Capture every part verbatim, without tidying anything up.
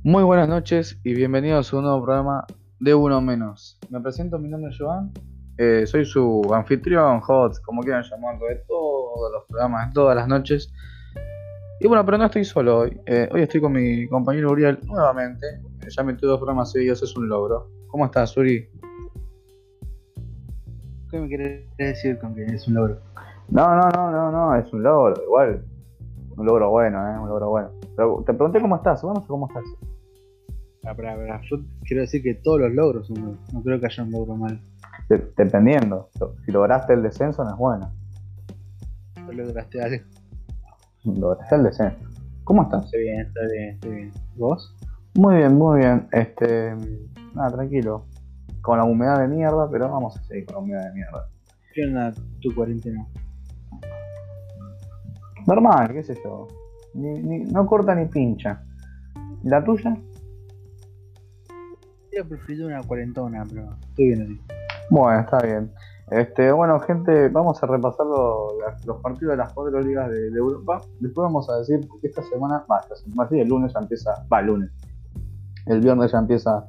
Muy buenas noches y bienvenidos a un nuevo programa de Uno Menos. Me presento, mi nombre es Joan, eh, soy su anfitrión, host, como quieran llamarlo, de todos los programas, de todas las noches. Y bueno, pero no estoy solo hoy, eh, hoy estoy con mi compañero Uriel nuevamente. Eh, ya metí dos programas seguidos, es un logro. ¿Cómo estás, Uri? ¿Qué me querés decir con que es un logro? No, no, no, no, no, es un logro, igual, un logro bueno, eh, un logro bueno. Pero te pregunté cómo estás, bueno, no sé cómo estás. Para, para, para. Yo quiero decir que todos los logros son logros. No creo que haya un logro mal. De- dependiendo, si lograste el descenso no es bueno, Tú lograste algo. lograste el descenso. ¿Cómo estás? Está bien, está bien, está bien. ¿Vos? Muy bien, muy bien. Este, nada, tranquilo. Con la humedad de mierda, pero vamos a seguir con la humedad de mierda. ¿Qué onda tu cuarentena? Normal, qué sé yo. Ni, ni- no corta ni pincha. ¿Y la tuya? Yo preferido una cuarentona, pero estoy bien así. Bueno, está bien. Este, bueno, gente, vamos a repasar lo- las- los partidos de las cuatro ligas de, de Europa. Después vamos a decir que esta semana, va, esta semana sí, el lunes ya empieza, va, el lunes. El viernes ya empieza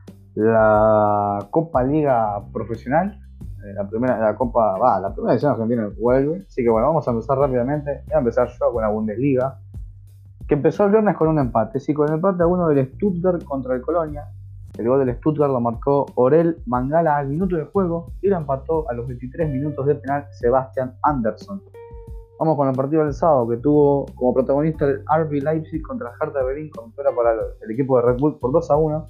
la Copa Liga Profesional. Eh, la primera, la Copa, va, la primera edición argentina vuelve. Así que bueno, vamos a empezar rápidamente. Voy a empezar yo con la Bundesliga, que empezó el viernes con un empate. Sí, con el empate a uno del Stuttgart contra el Colonia. El gol del Stuttgart lo marcó Orel Mangala al minuto de juego y lo empató a los veintitrés minutos de penal Sebastian Andersson. Vamos con el partido del sábado, que tuvo como protagonista el R B Leipzig contra el Hertha Berlín, con victoria para el equipo de Red Bull por dos a uno.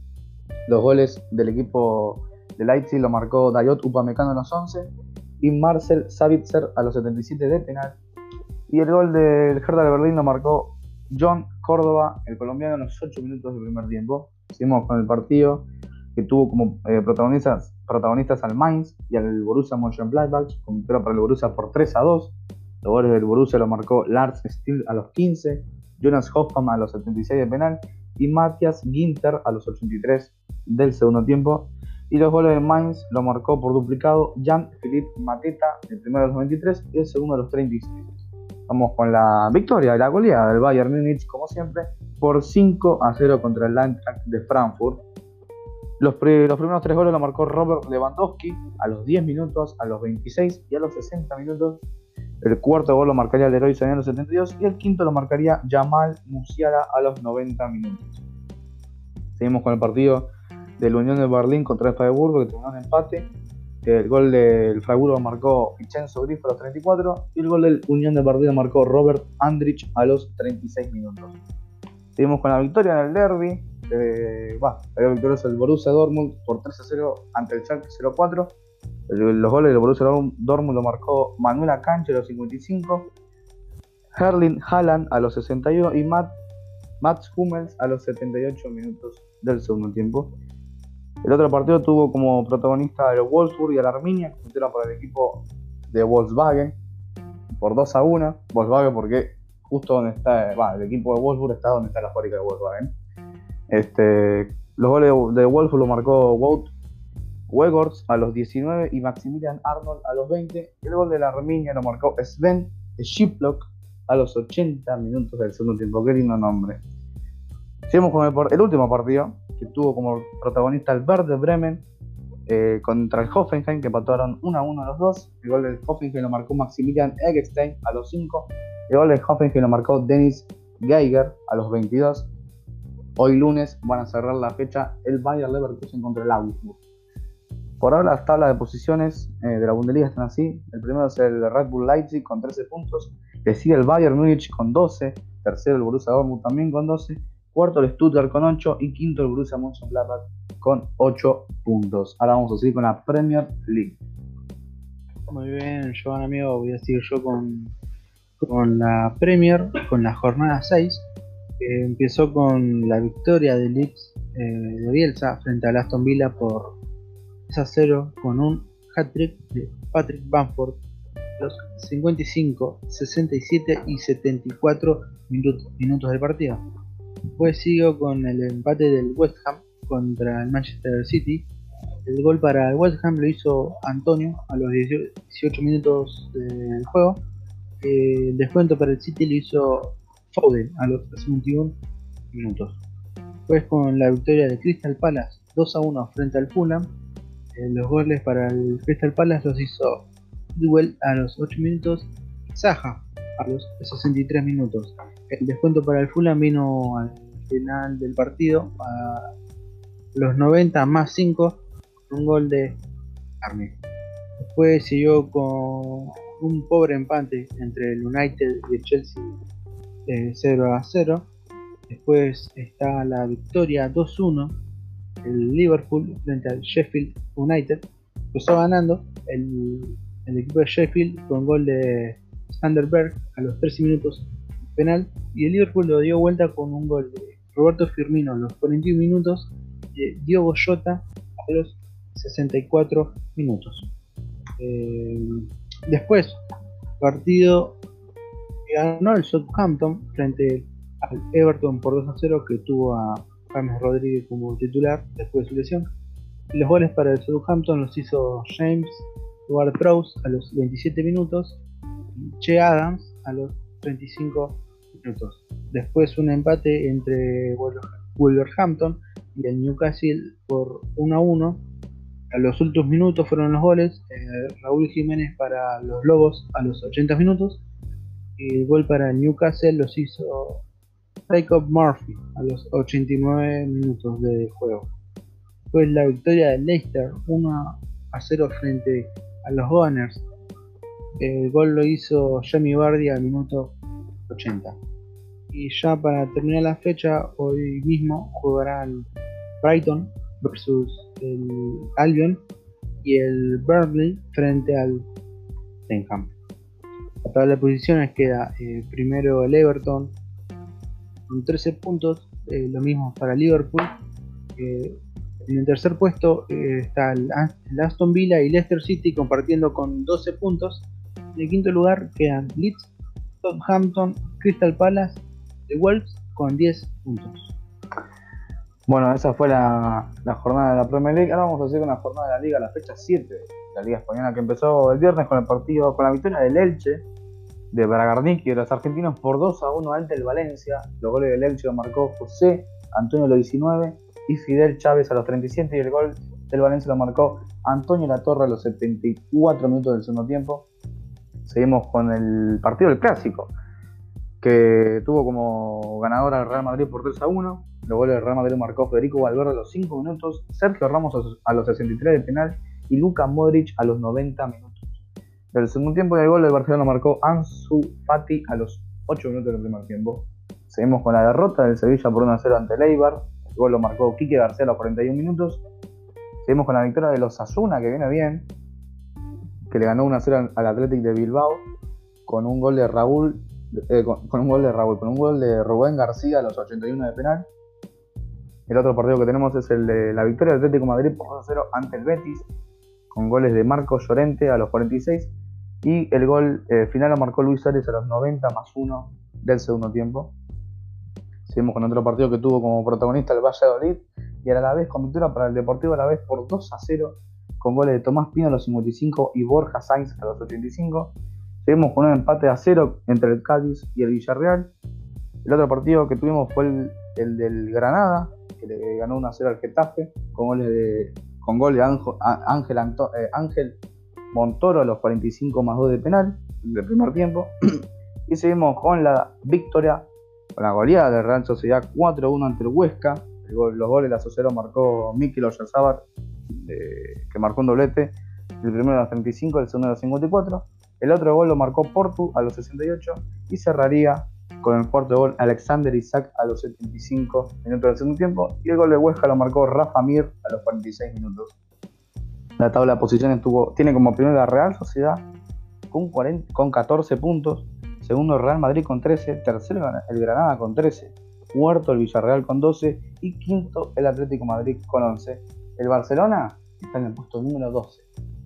Los goles del equipo de Leipzig lo marcó Dayot Upamecano a los once y Marcel Sabitzer a los setenta y siete de penal. Y el gol del Hertha de Berlín lo marcó John Córdoba, el colombiano, en los ocho minutos del primer tiempo. Seguimos con el partido, que tuvo como eh, protagonistas, protagonistas al Mainz y al Borussia Mönchengladbach, con victoria para el Borussia por tres a dos. Los goles del Borussia lo marcó Lars Stindl a los quince, Jonas Hoffmann a los setenta y seis de penal y Matthias Ginter a los ochenta y tres del segundo tiempo. Y los goles del Mainz lo marcó por duplicado Jan-Philippe Mateta, el primero a los veintitrés y el segundo a los treinta y seis. Vamos con la victoria y la goleada del Bayern Múnich, como siempre, por cinco a cero contra el Eintracht de Frankfurt. Los, pre, los primeros tres goles lo marcó Robert Lewandowski a los diez minutos, a los veintiséis y a los sesenta minutos. El cuarto gol lo marcaría Leroy Sané a los setenta y dos y el quinto lo marcaría Jamal Musiala a los noventa minutos. Seguimos con el partido del Unión de Berlín contra el Freiburg, que terminó en empate. El gol del Freiburg lo marcó Vincenzo Grifo a los treinta y cuatro y el gol del Unión de Berlín lo marcó Robert Andrich a los treinta y seis minutos. Seguimos con la victoria en el derby. Eh, bah, salió victorioso el Borussia Dortmund por tres a cero ante el Schalke cero cuatro. El, los goles del Borussia Dortmund lo marcó Manuel Akanji a los cincuenta y cinco, Erling Haaland a los sesenta y uno y Matt, Mats Hummels a los setenta y ocho minutos del segundo tiempo. El otro partido tuvo como protagonista al Wolfsburg y al Arminia, que compitieron por el equipo de Volkswagen por dos a uno. Volkswagen porque justo donde está, bah, el equipo de Wolfsburg está donde está la fábrica de Volkswagen. Este, los goles de Wolfsburg lo marcó Wout Weghorst a los diecinueve y Maximilian Arnold a los veinte. El gol de la Arminia lo marcó Sven Schiplock a los ochenta minutos del segundo tiempo. Qué lindo nombre. Seguimos con el, el último partido, que tuvo como protagonista el Werder Bremen eh, contra el Hoffenheim, que empataron uno a uno los dos. El gol del Hoffenheim lo marcó Maximilian Eggestein a los cinco. El gol del Hoffenheim lo marcó Dennis Geiger a los veintidós. Hoy lunes van a cerrar la fecha el Bayer Leverkusen contra el Augsburg. Por ahora las tablas de posiciones eh, de la Bundesliga están así. El primero es el Red Bull Leipzig con trece puntos. Le sigue el Bayern Múnich con doce. Tercero el Borussia Dortmund también con doce. Cuarto el Stuttgart con ocho. Y quinto el Borussia Mönchengladbach con ocho puntos. Ahora vamos a seguir con la Premier League. Muy bien, Joan, amigo. Voy a seguir yo con, con la Premier, con la jornada seis. Que empezó con la victoria del Leeds eh, de Bielsa frente al Aston Villa por tres a cero con un hat-trick de Patrick Bamford a los cincuenta y cinco, sesenta y siete y setenta y cuatro minutos, minutos del partido. Después sigo con el empate del West Ham contra el Manchester City. El gol para el West Ham lo hizo Antonio a los dieciocho minutos del juego. El descuento para el City lo hizo Foden a los sesenta y uno minutos. Después con la victoria de Crystal Palace dos a uno frente al Fulham. Eh, los goles para el Crystal Palace los hizo Duel a los ocho minutos y Zaha a los sesenta y tres minutos. El descuento para el Fulham vino al final del partido a los noventa más cinco con un gol de Arne. Después siguió con un pobre empate entre el United y el Chelsea, eh, cero a cero. Después está la victoria dos uno el Liverpool frente al Sheffield United. Empezó ganando el, el equipo de Sheffield con gol de Sanderberg a los trece minutos penal, y el Liverpool lo dio vuelta con un gol de Roberto Firmino a los cuarenta y uno minutos y de Diogo Jota a los sesenta y cuatro minutos. Eh, después, partido que ganó el Southampton frente al Everton por dos a cero, que tuvo a James Rodríguez como titular después de su lesión. Y los goles para el Southampton los hizo James Ward-Prowse a los veintisiete minutos y Che Adams a los treinta y cinco minutos. Después un empate entre Wolverhampton y el Newcastle por uno a uno. A los últimos minutos fueron los goles. eh, Raúl Jiménez para los Lobos a los ochenta minutos, y el gol para Newcastle los hizo Jacob Murphy a los ochenta y nueve minutos de juego. Después la victoria de Leicester uno a cero frente a los Gunners. El gol lo hizo Jamie Vardy al minuto ochenta. Y ya para terminar la fecha, hoy mismo jugarán Brighton versus el Albion y el Burnley frente al Tottenham. La tabla de posiciones queda eh, primero el Everton con trece puntos, eh, lo mismo para Liverpool. Eh, en el tercer puesto eh, está el, el Aston Villa y Leicester City compartiendo con doce puntos. En el quinto lugar quedan Leeds, Southampton, Crystal Palace y Wolves con diez puntos. Bueno, esa fue la, la jornada de la Premier League. Ahora vamos a hacer una jornada de la Liga, la fecha siete de la Liga Española, que empezó el viernes con el partido, con la victoria del Elche de Bragarnik y de los argentinos por dos a uno ante el Valencia. Los goles del Elche los marcó José Antonio a los diecinueve y Fidel Chávez a los treinta y siete, y el gol del Valencia lo marcó Antonio Latorre a los setenta y cuatro minutos del segundo tiempo. Seguimos con el partido del Clásico, que tuvo como ganador al Real Madrid por tres a uno. Los goles del Real Madrid marcó Federico Valverde a los cinco minutos, Sergio Ramos a los sesenta y tres de penal y Luka Modric a los noventa minutos. Del segundo tiempo, el gol del Barcelona marcó Ansu Fati a los ocho minutos del primer tiempo. Seguimos con la derrota del Sevilla por uno a cero ante el Eibar. El gol lo marcó Quique García a los cuarenta y uno minutos. Seguimos con la victoria de los Osasuna, que viene bien, que le ganó uno a cero al Athletic de Bilbao con un gol de Raúl eh, con, con un gol de Raúl, con un gol de Rubén García a los ochenta y uno de penal. El otro partido que tenemos es el de la victoria del Atlético de Madrid por dos a cero ante el Betis, con goles de Marcos Llorente a los cuarenta y seis, y el gol eh, final lo marcó Luis Suárez a los noventa más uno del segundo tiempo. Seguimos con otro partido que tuvo como protagonista el Valladolid y el Alavés, con victoria para el Deportivo Alavés por dos a cero, con goles de Tomás Pino a los cincuenta y cinco y Borja Sainz a los ochenta y cinco. Seguimos con un empate a cero entre el Cádiz y el Villarreal. El otro partido que tuvimos fue el, el del Granada, que le ganó uno a cero al Getafe, con goles de, con gol de Ángel, Ángel, Anto, eh, Ángel Montoro a los cuarenta y cinco más dos de penal del primer tiempo. Y seguimos con la victoria, con la goleada de Real Sociedad cuatro a uno ante el Huesca. El gol, los goles de la Sociedad marcó Mikel Oyarzabal, eh, que marcó un doblete, el primero a los treinta y cinco, el segundo a los cincuenta y cuatro. El otro gol lo marcó Portu a los sesenta y ocho y cerraría con el cuarto gol Alexander Isaac a los setenta y cinco minutos del segundo tiempo, y el gol de Huesca lo marcó Rafa Mir a los cuarenta y seis minutos. La tabla de posiciones tuvo, tiene como primero la Real Sociedad con, cuarenta, con catorce puntos, segundo el Real Madrid con trece, tercero el Granada con trece, cuarto el Villarreal con doce y quinto el Atlético de Madrid con once. El Barcelona está en el puesto número doce.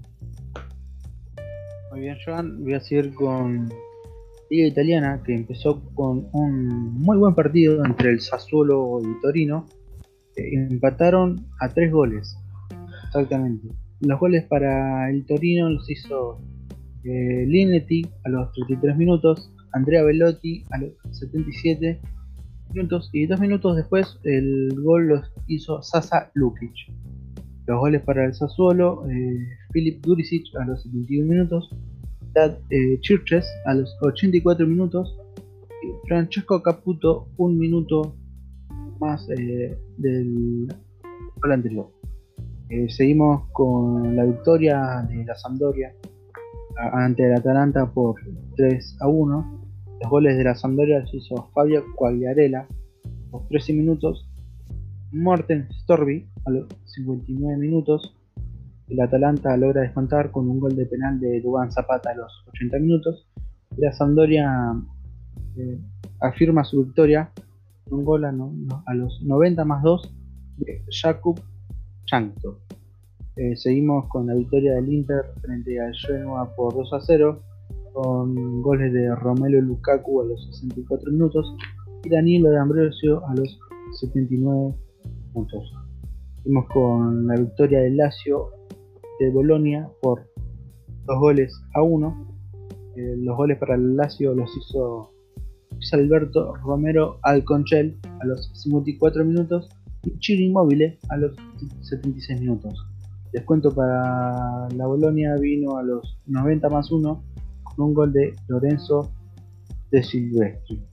Muy bien, Joan, voy a seguir con Liga Italiana, que empezó con un muy buen partido entre el Sassuolo y Torino. Eh, empataron a tres goles, exactamente. Los goles para el Torino los hizo eh, Linetti a los treinta y tres minutos, Andrea Belotti a los setenta y siete minutos y dos minutos después el gol los hizo Sasa Lukic. Los goles para el Sassuolo, eh, Filip Jurisic a los setenta y uno minutos, Dad eh, Churches a los ochenta y cuatro minutos y Francesco Caputo un minuto más eh, del gol anterior. Eh, seguimos con la victoria de la Sampdoria a- ante el Atalanta por tres a uno. Los goles de la Sampdoria los hizo Fabio Quagliarella a los trece minutos, Morten Storby a los cincuenta y nueve minutos. El Atalanta logra descontar con un gol de penal de Duván Zapata a los ochenta minutos. Y la Sampdoria eh, afirma su victoria con un gol a, no- no- a los noventa más dos de Jakub Jankto. Eh, seguimos con la victoria del Inter frente al Genoa por dos a cero, con goles de Romelu Lukaku a los sesenta y cuatro minutos y Danilo de Ambrosio a los setenta y nueve minutos. Seguimos con la victoria del Lazio de Bolonia por dos goles a uno. Eh, los goles para el Lazio los hizo Luis Alberto Romero Alconchel a los cincuenta y cuatro minutos y Ciro Immobile a los setenta y seis minutos. Descuento para la Bolonia vino a los noventa más uno con un gol de Lorenzo de Silvestri.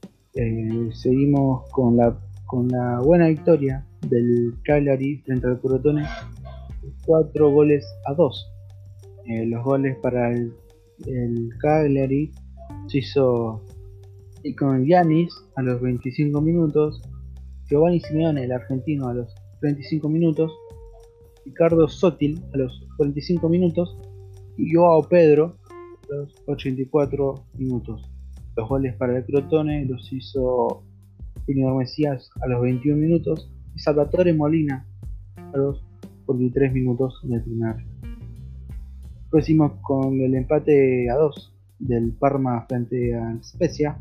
Eh, seguimos con la, con la buena victoria del Cagliari frente al Crotone, cuatro goles a dos. Eh, los goles para el, el Cagliari se hizo con Giannis a los veinticinco minutos, Giovanni Simeone, el argentino, a los treinta y cinco minutos, Ricardo Sottil a los cuarenta y cinco minutos y Joao Pedro a los ochenta y cuatro minutos. Los goles para el Crotone los hizo Junior Mesías a los veintiún minutos y Salvatore Molina a los cuarenta y tres minutos del primer. Después seguimos con el empate a dos del Parma frente al Spezia,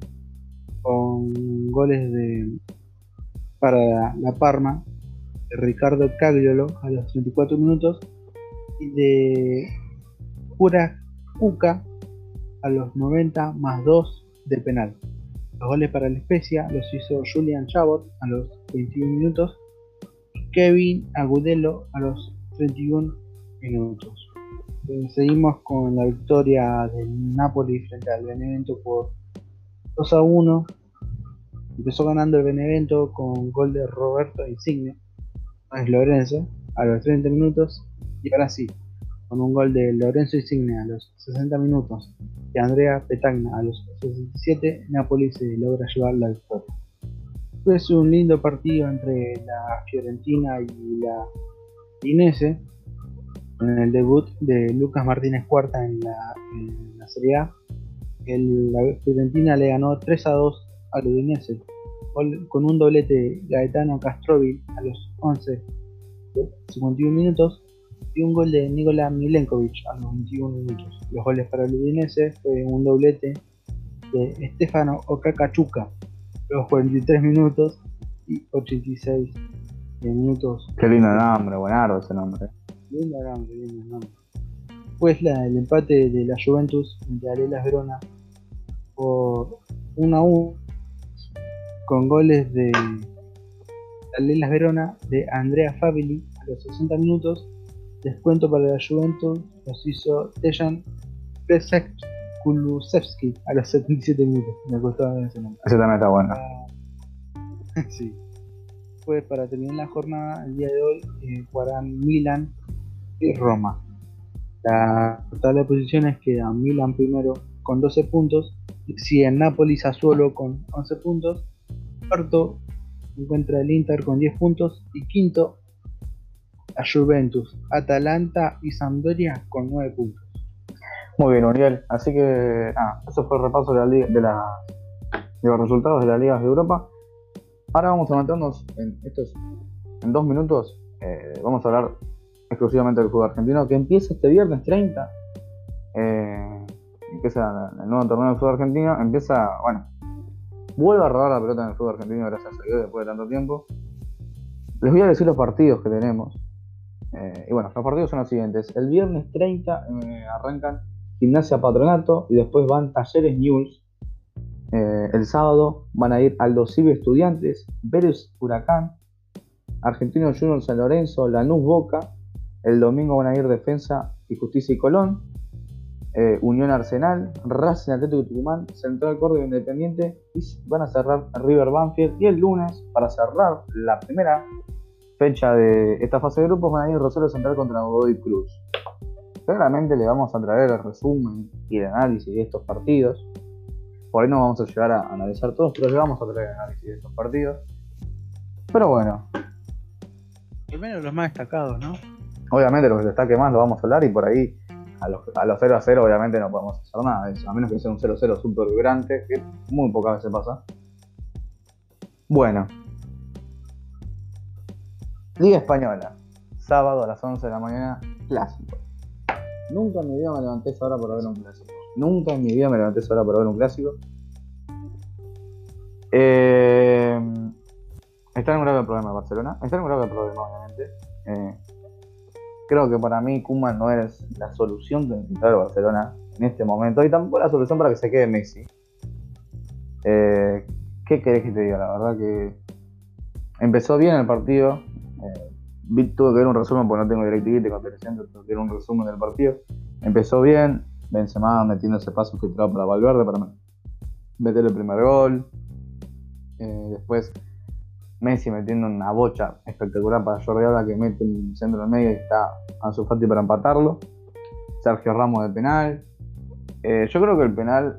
con goles de para la Parma de Ricardo Cagliolo a los treinta y cuatro minutos y de Pura Cuca a los noventa más dos de penal. Los goles para el Spezia los hizo Julian Chabot a los veintiún minutos y Kevin Agudelo a los treinta y uno minutos. Eh, seguimos con la victoria del Napoli frente al Benevento por dos a uno. Empezó ganando el Benevento con gol de Roberto Insigne, no es Lorenzo, a los treinta minutos, y ahora sí, con un gol de Lorenzo Insigne a los sesenta minutos y Andrea Petagna a los sesenta y siete, Napoli se logra llevar la victoria. Fue un lindo partido entre la Fiorentina y la Udinese, con el debut de Lucas Martínez Cuarta en la, en la Serie A. El, la Fiorentina le ganó tres a dos al Udinese con un doblete de Gaetano Castrovi a los once cincuenta y uno minutos y un gol de Nikola Milenkovic a los veintiuno minutos. Los goles para el Udinese fue un doblete de Stefano Okakachuka a los cuarenta y tres minutos y ochenta y seis minutos. Qué lindo nombre, buenardo ese nombre. Lindo nombre, lindo nombre. Pues la, el empate de la Juventus de Arelas Verona por uno a uno con goles de Arelas Verona de Andrea Fabili a los sesenta minutos. Descuento para la Juventus los hizo Dejan Pesek Kulusevski a los setenta y siete minutos. Me costaba ese nombre. Ese también está bueno. Ah, sí. Pues para terminar la jornada, el día de hoy eh, jugarán Milan y Roma. La tabla de posiciones queda Milan primero con doce puntos, sigue Napoli Sassuolo con once puntos, cuarto se encuentra el Inter con diez puntos y quinto la Juventus, Atalanta y Sampdoria con nueve puntos. Muy bien, Uriel. Así que nada, eso fue el repaso de, la liga, de, la, de los resultados de las ligas de Europa. Ahora vamos a meternos en estos en dos minutos. Eh, vamos a hablar exclusivamente del fútbol argentino, que empieza este viernes treinta. Eh, empieza el nuevo torneo del fútbol argentino. Empieza, bueno, vuelve a rodar la pelota en el fútbol argentino, gracias a Dios, después de tanto tiempo. Les voy a decir los partidos que tenemos. Eh, y bueno, los partidos son los siguientes. El viernes treinta eh, arrancan Gimnasia Patronato y después van Talleres Newell's. Eh, el sábado van a ir Aldosivi Estudiantes, Vélez Huracán, Argentinos Juniors San Lorenzo, Lanús Boca. El domingo van a ir Defensa y Justicia y Colón, eh, Unión Arsenal, Racing Atlético de Tucumán, Central Córdoba Independiente, y van a cerrar River Banfield. Y el lunes, para cerrar la primera fecha de esta fase de grupos, van a ir Rosario Central contra Godoy Cruz. Claramente le vamos a traer el resumen y el análisis de estos partidos. Por ahí no vamos a llegar a analizar todos, pero le vamos a traer el análisis de estos partidos. Pero bueno, Al menos los más destacados, ¿no? obviamente lo que se destaque más lo vamos a hablar, y por ahí a los, a los cero a cero obviamente no podemos hacer nada, a menos que sea un cero a cero súper vibrante, que muy pocas veces pasa. Bueno, Liga Española, sábado a las once de la mañana, clásico. Nunca en mi vida me levanté esa hora para ver un clásico. Nunca en mi vida me levanté esa hora para ver un clásico. Eh, está en un grave problema Barcelona. Está en un grave problema, obviamente. Eh, creo que para mí Koeman no es la solución que necesita el Barcelona en este momento. Y tampoco la solución para que se quede Messi. Eh, ¿Qué querés que te diga? La verdad que empezó bien el partido. Eh, tuve que ver un resumen porque no tengo DirecTV, tengo Telecentro, tuve que ver un resumen del partido. Empezó bien, Benzema metiendo ese paso filtrado para Valverde para meter el primer gol. Eh, después Messi metiendo una bocha espectacular para Jordi Alba, que mete un centro en medio y está Ansu Fati para empatarlo. Sergio Ramos de penal. Eh, yo creo que el penal,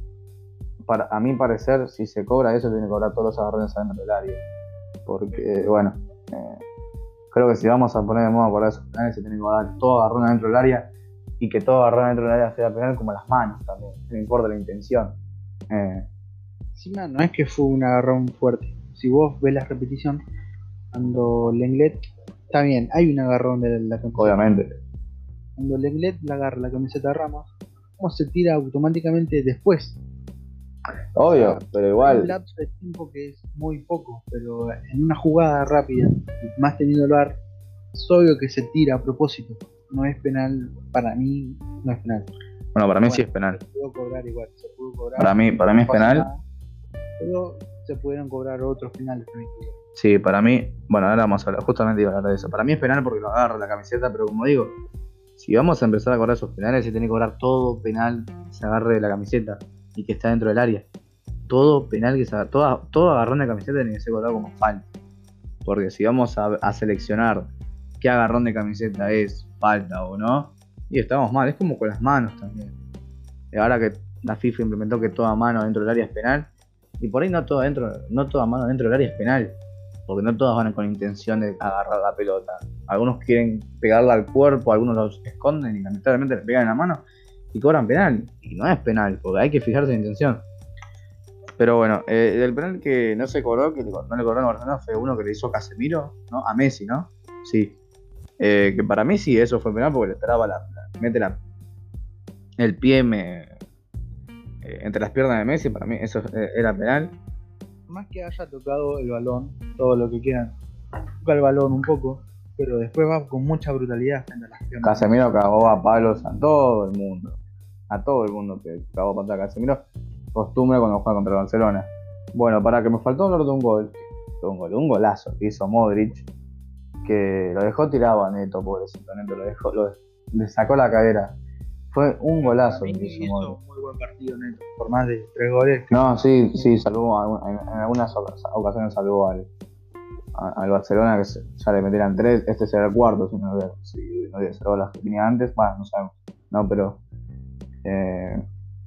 para, a mi parecer, si se cobra eso, tiene que cobrar todos los agarrones adentro del área. Porque, bueno, eh, creo que si vamos a poner de moda cobrar esos penales, se tiene que cobrar todo agarrón adentro del área, y que todo agarrón adentro del área sea penal, como las manos también, no importa la intención. Eh, Encima no es que fue un agarrón fuerte. Si vos ves la repetición, cuando Lenglet, está bien, hay un agarrón de la camiseta. obviamente. Cuando Lenglet le agarra la camiseta de Ramos, ¿cómo se tira automáticamente después? Obvio, O sea, pero hay igual. un lapso de tiempo que es muy poco, pero en una jugada rápida, más teniendo el V A R, es obvio que se tira a propósito. No es penal, para mí no es penal. Bueno, para mí Bueno, sí es penal. Se pudo cobrar igual, se pudo cobrar. Para mí, para mí es no pasa penal. nada, pero se pudieron cobrar otros penales también. Sí, para mí, bueno, ahora vamos a hablar, justamente iba a hablar de eso. Para mí es penal porque lo agarra la camiseta, pero como digo, si vamos a empezar a cobrar esos penales, se tiene que cobrar todo penal que se agarre de la camiseta y que está dentro del área. Todo penal que se agarre, todo, todo agarrón de camiseta tiene que ser cobrado como falta. Porque si vamos a, a seleccionar qué agarrón de camiseta es falta o no, y estamos mal, es como con las manos también. Y ahora que la FIFA implementó que toda mano dentro del área es penal, y por ahí no toda, dentro, no toda mano dentro del área es penal, porque no todas van con intención de agarrar la pelota. Algunos quieren pegarla al cuerpo, algunos los esconden y lamentablemente le pegan en la mano y cobran penal. Y no es penal, porque hay que fijarse en intención. Pero bueno, eh, el penal que no se cobró, que no le cobró a Barcelona, fue uno que le hizo Casemiro, ¿no? A Messi, ¿no? Sí. Eh, que para mí sí, eso fue penal porque le esperaba la, la, mete la, el pie me, eh, entre las piernas de Messi. Para mí eso eh, era penal. Más que haya tocado el balón, todo lo que quieran, toca el balón un poco, pero después va con mucha brutalidad frente a las piernas. Casemiro cagó a palos a todo el mundo. A todo el mundo que cagó a patada a Casemiro. Costumbre cuando juega contra el Barcelona. Bueno, para que me faltó hablar de un gol. De un gol, un golazo que hizo Modric. Que lo dejó tirado a Neto, pobrecito. Neto lo dejó, lo, le sacó la cadera. Fue un golazo que hizo, hizo Modric. Un muy buen partido, Neto, por más de tres goles. No, sí, sí, salvó, en, en algunas ocasiones salvó al, al Barcelona, que ya le metieran tres, este será el cuarto, si no, si no había salvado las que tenía antes, bueno, no sabemos, no, pero eh,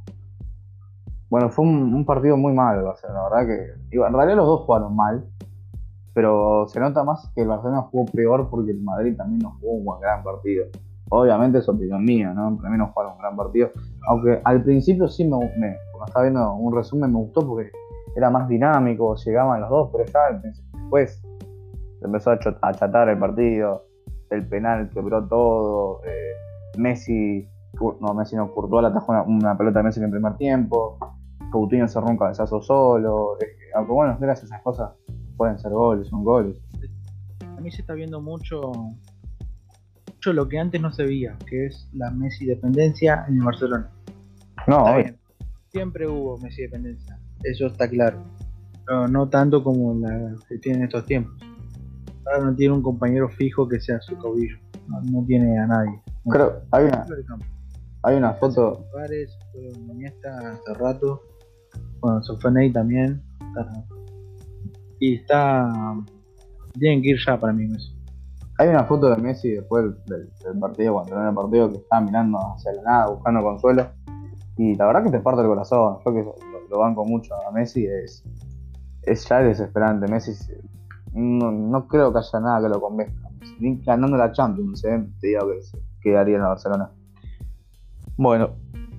bueno, fue un, un partido muy malo el Barcelona, la verdad que, en realidad los dos jugaron mal, pero se nota más que el Barcelona jugó peor porque el Madrid también no jugó un buen gran partido. Obviamente es opinión mía, ¿no? Para mí no jugaron un gran partido. Aunque al principio sí me, me cuando estaba viendo un resumen me gustó porque era más dinámico, llegaban los dos, pero ya después se empezó a achatar el partido, el penal quebró todo, eh, Messi, no, Messi no, Courtois le atajó una, una pelota de Messi en el primer tiempo, Coutinho cerró un cabezazo solo, eh, aunque bueno, gracias a esas cosas pueden ser goles, son goles. A mí se está viendo mucho mucho lo que antes no se veía, que es la Messi dependencia en el Barcelona. No, Está hoy. bien, siempre hubo Messi dependencia, eso está claro. Pero no tanto como la que tiene en estos tiempos. Ahora no tiene un compañero fijo que sea su caudillo. No, no tiene a nadie. No Creo, hay una, tiene campo. hay una foto, Suárez, fueron Iniesta hace rato. Bueno, se fue Ney también. Está- Y está. Tienen que ir ya para mí, Messi. hay una foto de Messi después del, del- del partido, cuando terminó el partido, que estaba mirando hacia la nada, buscando consuelo. Y la verdad que te parte el corazón. Yo que lo, lo banco mucho a Messi, es, es ya desesperante. Messi se- no, no creo que haya nada que lo convenzca. Ni ganando la Champions, ¿eh? Te digo que se quedaría en la Barcelona. Bueno,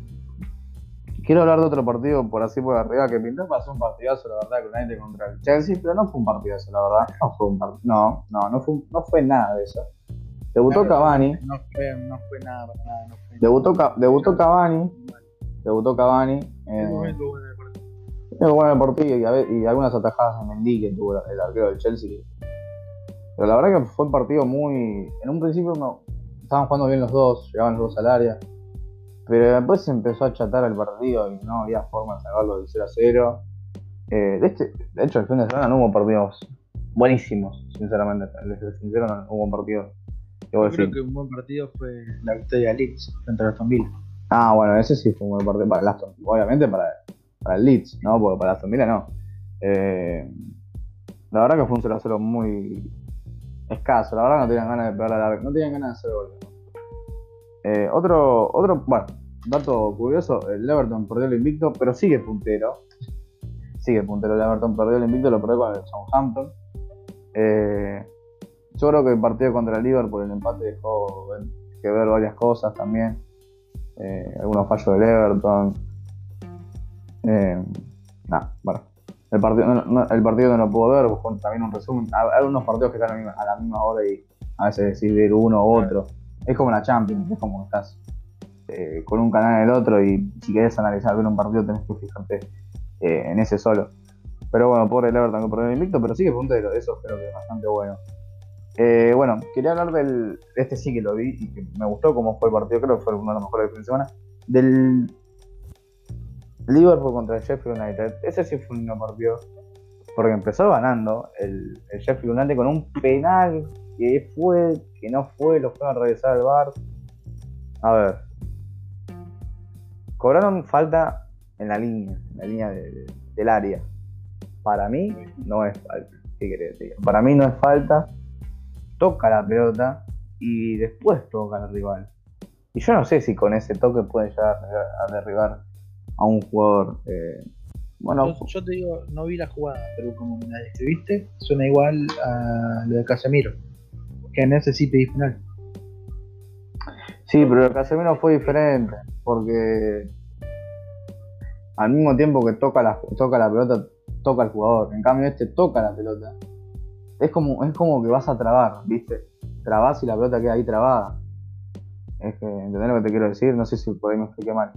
quiero hablar de otro partido por así por arriba que pintó para ser un partidazo, la verdad, que United contra el Chelsea, pero no fue un partidazo, la verdad. No fue un partido. No, no, no fue, no fue nada de eso. Debutó Claro, Cavani, no fue, no fue nada para nada. No fue debutó, Ca- debutó Cavani, debutó Cavani. Es Eh, lo único bueno del partido. Muy bueno el partido y, a ver- y algunas atajadas en Mendy que tuvo el arquero del Chelsea. Pero la verdad que fue un partido muy. En un principio no, estaban jugando bien los dos, llegaban los dos al área. Pero después se empezó a achatar el partido y no había forma de sacarlo del cero a cero. Eh, de, este, de hecho, el fin de semana no hubo partidos buenísimos, sinceramente. Les soy sincero, no hubo partidos. Yo creo que un buen partido fue la victoria de Leeds frente a Aston Villa. Ah, bueno, ese sí fue un buen partido para el Aston. Obviamente para, para el Leeds, ¿no? Porque para Aston Villa no. Eh, la verdad que fue un cero a cero muy escaso. La verdad no tenían ganas de pegar a la, no tenían ganas de hacer goles. Eh, otro, otro, bueno, dato curioso, el Everton perdió el invicto, pero sigue puntero. Sigue puntero el Everton, perdió el invicto, lo perdió con el Southampton. Eh, yo creo que el partido contra el Liverpool, el empate dejó que ver varias cosas también. Eh, algunos fallos del Everton. Eh, Nada, bueno. El partido no, no, el partido no lo puedo ver, busco también un resumen. Hay algunos partidos que están a la misma, a la misma hora y a veces decís ver uno u otro. Es como la Champions, es como que estás eh, con un canal en el otro y si querés analizar bien un partido tenés que fijarte eh, en ese solo. Pero bueno, pobre el Everton que perdió el invicto, pero sigue puntero, eso creo que es bastante bueno. Eh, bueno, quería hablar del. Este sí que lo vi y que me gustó cómo fue el partido, creo que fue uno de los mejores del fin de semana. Del Liverpool contra el Sheffield United. Ese sí fue un buen partido, porque empezó ganando el, el Sheffield United con un penal que fue, que no fue, lo fueron a regresar al V A R. A ver, cobraron falta en la línea, en la línea de, de, del área. Para mí no es falta. ¿Qué querés decir? Para mí no es falta. Toca la pelota y después toca al rival. Y yo no sé si con ese toque puede llegar a derribar a un jugador. Eh, bueno, Yo, yo te digo, no vi la jugada, pero como me la describiste, suena igual a lo de Casemiro, que en ese sí pedí penal. sí, pero el Casemiro fue diferente, porque al mismo tiempo que toca la, toca la pelota, toca al jugador. En cambio este toca la pelota. Es como, es como que vas a trabar, ¿viste? Trabás y la pelota queda ahí trabada. Es que, ¿entendés lo que te quiero decir? No sé si por ahí me expliqué mal.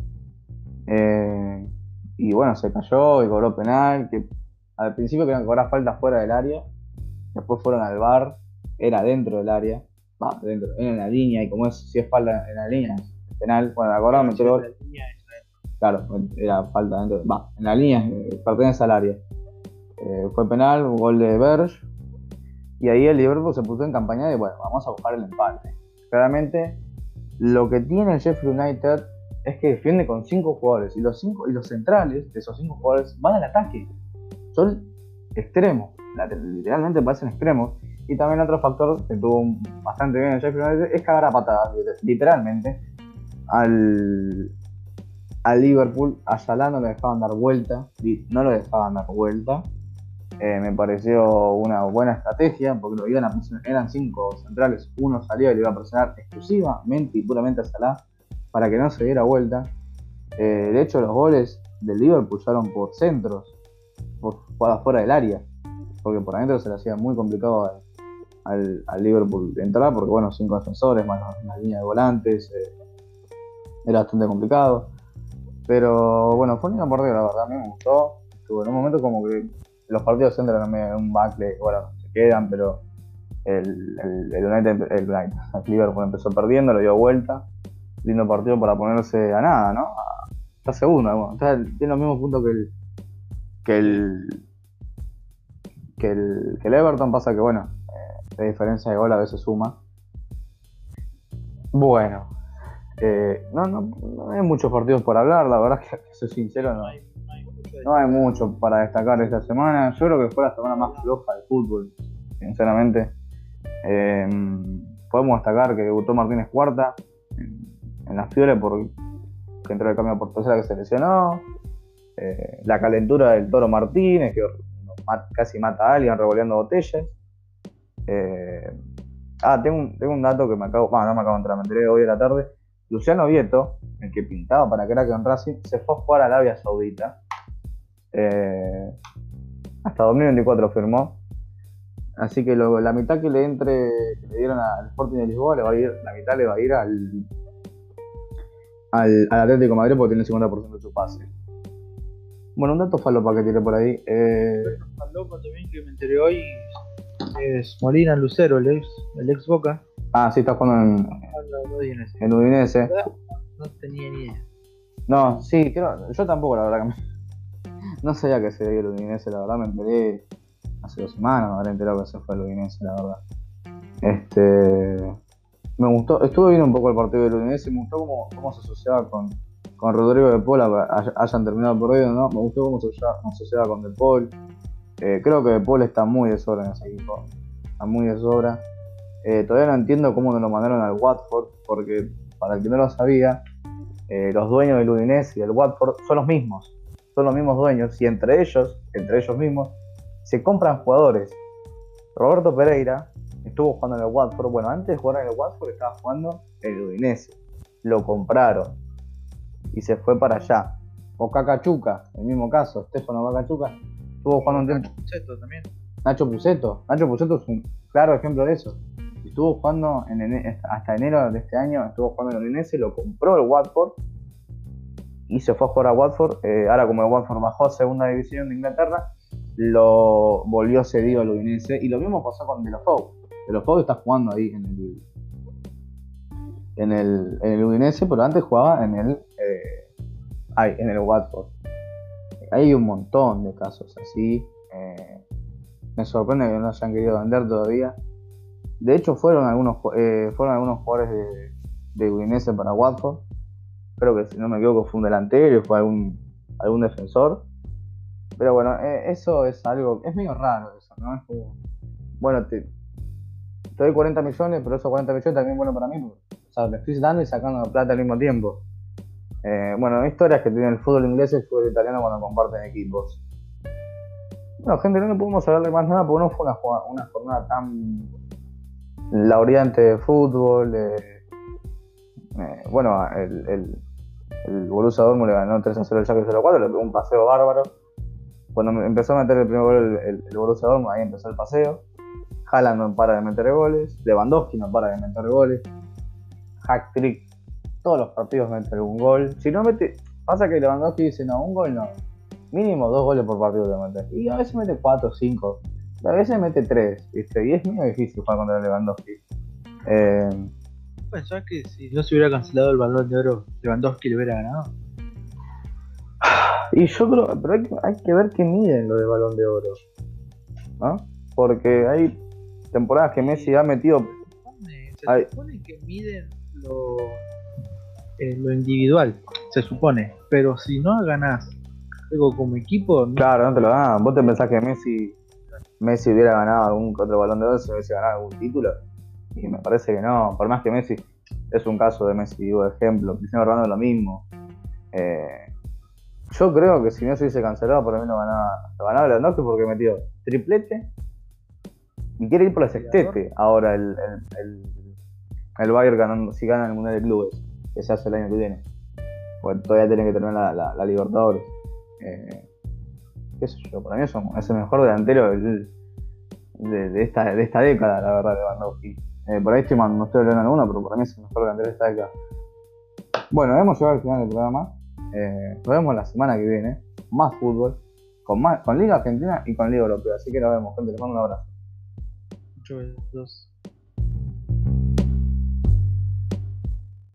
Eh, y bueno, se cayó y cobró penal, que al principio querían cobrar falta fuera del área, después fueron al V A R, era dentro del área, va, dentro, era en la línea, y como es, si es falta en la línea, es penal, bueno, la cobraron, metió el gol. Claro, era falta dentro, va, en la línea, eh, pertenece al área. Eh, fue penal, un gol de Berge, y ahí el Liverpool se puso en campaña de, bueno, vamos a buscar el empate. Claramente, lo que tiene el Sheffield United es que defiende con cinco jugadores, y los cinco y los centrales de esos cinco jugadores van al ataque. Son extremos, literalmente parecen extremos. Y también otro factor que tuvo bastante bien el Sheffield United es cagar a patadas, literalmente, al, al Liverpool. A Salah no le dejaban dar vuelta, no lo dejaban dar vuelta. Eh, me pareció una buena estrategia, porque lo iban a presionar, eran cinco centrales, uno salía y le iba a presionar exclusivamente y puramente a Salah para que no se diera vuelta. Eh, de hecho, los goles del Liverpool llegaron por centros, por jugadas fuera del área, porque por adentro se le hacía muy complicado al, al, al Liverpool entrar, porque bueno, cinco defensores, más una línea de volantes, eh, era bastante complicado. Pero bueno, fue una partida, la verdad, a mí me gustó. Estuvo en un momento como que los partidos entran en un backle, bueno, se quedan, pero el, el, el United, el, el Liverpool empezó perdiendo, lo dio vuelta. Lindo partido para ponerse a nada, ¿no? A, está segundo, bueno, está, tiene los mismos puntos que el, que el, que el, que el Everton pasa que, bueno, eh, la diferencia de gol a veces suma. Bueno, eh, no, no, no hay muchos partidos por hablar, la verdad que, que soy sincero, no, No hay, no hay mucho de no hay destacar. mucho para destacar esta semana. Yo creo que fue la semana más floja de fútbol, sinceramente. Eh, podemos destacar que debutó Martínez Cuarta en, en la Fiore porque entró el cambio por tercera que se lesionó. Eh, la calentura del Toro Martínez, que casi mata a alguien revoleando botellas. Eh, ah, tengo un, tengo un dato que me acabo, bueno, no me acabo de enterar, me enteré hoy a la tarde. Luciano Vieto, el que pintaba para que era que en Racing, se fue a jugar a Arabia Saudita. Eh, hasta dos mil veinticuatro firmó. Así que lo, la mitad que le entre, que le dieron al Sporting de Lisboa, le va a ir, la mitad le va a ir al, al, al Atlético de Madrid porque tiene el cincuenta por ciento de su pase. Bueno, un dato falopa que tiré por ahí. Eh... Al loco también que me enteré hoy es Molina Lucero, el ex, el ex Boca. Ah, sí, está jugando en, en Udinese. No tenía ni idea. No, sí, creo, yo tampoco, la verdad que me... no sabía que se veía el Udinese, la verdad me enteré hace dos semanas, me habré enterado que se fue el Udinese, la verdad. Este... Me gustó, estuve viendo un poco el partido del Udinese y me gustó cómo, cómo se asociaba con, con Rodrigo de Paul, hayan terminado perdido, ¿no? Me gustó cómo se asociaba, cómo se asociaba con de Paul. Eh, creo que de Paul está muy de sobra en ese equipo, está muy de sobra. Eh, todavía no entiendo cómo no lo mandaron al Watford, porque para el que no lo sabía, eh, los dueños del Udinese y del Watford son los mismos, son los mismos dueños, y entre ellos, entre ellos mismos, se compran jugadores. Roberto Pereira estuvo jugando en el Watford, bueno, antes de jugar en el Watford estaba jugando en el Udinese, lo compraron y se fue para allá. O Cacachuca, el mismo caso, Stefano Cacachuca, estuvo jugando un tiempo. Nacho Puceto también. Nacho Puceto, Nacho Puceto es un claro ejemplo de eso. Estuvo jugando en ene- hasta enero de este año, estuvo jugando en el Udinese, lo compró el Watford y se fue a jugar a Watford. Eh, ahora como el Watford bajó a segunda división de Inglaterra, lo volvió cedido al Udinese, y lo mismo pasó con Deulofeu. Deulofeu está jugando ahí en el en el, en el Udinese, pero antes jugaba en el eh, ay, en el Watford. Hay un montón de casos así. Eh, me sorprende que no hayan querido vender todavía. De hecho fueron algunos eh, fueron algunos jugadores de, de Udinese para Watford. Creo que si no me equivoco fue un delantero y fue algún, algún defensor. Pero bueno, eh, eso es algo, es medio raro eso, ¿no? Es como, bueno, te, te doy cuarenta millones, pero esos cuarenta millones también es bueno para mí, porque, o sea, le estoy dando y sacando plata al mismo tiempo. Eh, bueno, hay historias que tiene el fútbol inglés y el fútbol italiano cuando comparten equipos. Bueno, gente, no le podemos hablar de más nada porque no fue una, una jornada tan laureante de fútbol. Eh, eh, bueno, el, el, el Borussia Dortmund le ganó tres a cero al Schalke cero cuatro, le pegó un paseo bárbaro. Cuando empezó a meter el primer gol el, el, el Borussia Dortmund, ahí empezó el paseo. Haaland no para de meter goles, Lewandowski no para de meter goles, hat-trick, todos los partidos mete algún gol. Si no mete, pasa que Lewandowski dice, no, un gol no, mínimo dos goles por partido te mete. Y a veces mete cuatro o cinco, a veces mete tres, ¿viste? Y es muy difícil jugar contra Lewandowski. Eh, ¿Pensás que si no se hubiera cancelado el Balón de Oro, Lewandowski le hubiera ganado? Y yo creo, pero hay que, hay que ver qué miden lo de Balón de Oro, ¿no? Porque hay temporadas que Messi ha metido. Se supone, se supone que miden lo, eh, lo individual, se supone. Pero si no ganás algo como equipo. No. Claro, no te lo dan. ¿Vos te pensás que Messi Messi hubiera ganado algún otro Balón de Oro si hubiese ganado algún título? Y me parece que no. Por más que Messi es un caso de Messi, digo, ejemplo. Cristiano Ronaldo lo mismo. Eh, yo creo que si no se hubiese cancelado, por lo menos ganaba, ganaba Lewandowski porque metió triplete y quiere ir por la sextete. Ahora el, el, el, el Bayern ganando, si gana el Mundial de Clubes, que se hace el año que viene. Bueno, todavía tiene que terminar la, la, la Libertadores. Eh, qué sé yo, para mí es, es el mejor delantero del, de, de, esta, de esta década, la verdad, Lewandowski. Eh, por ahí estoy, no estoy hablando alguno, pero para mí es el mejor delantero de esta década. Bueno, hemos llegado al final del programa. Eh, nos vemos la semana que viene. Más fútbol. Con, más, con Liga Argentina y con Liga Europea. Así que nos vemos, gente. Les mando un abrazo. Muchos besos.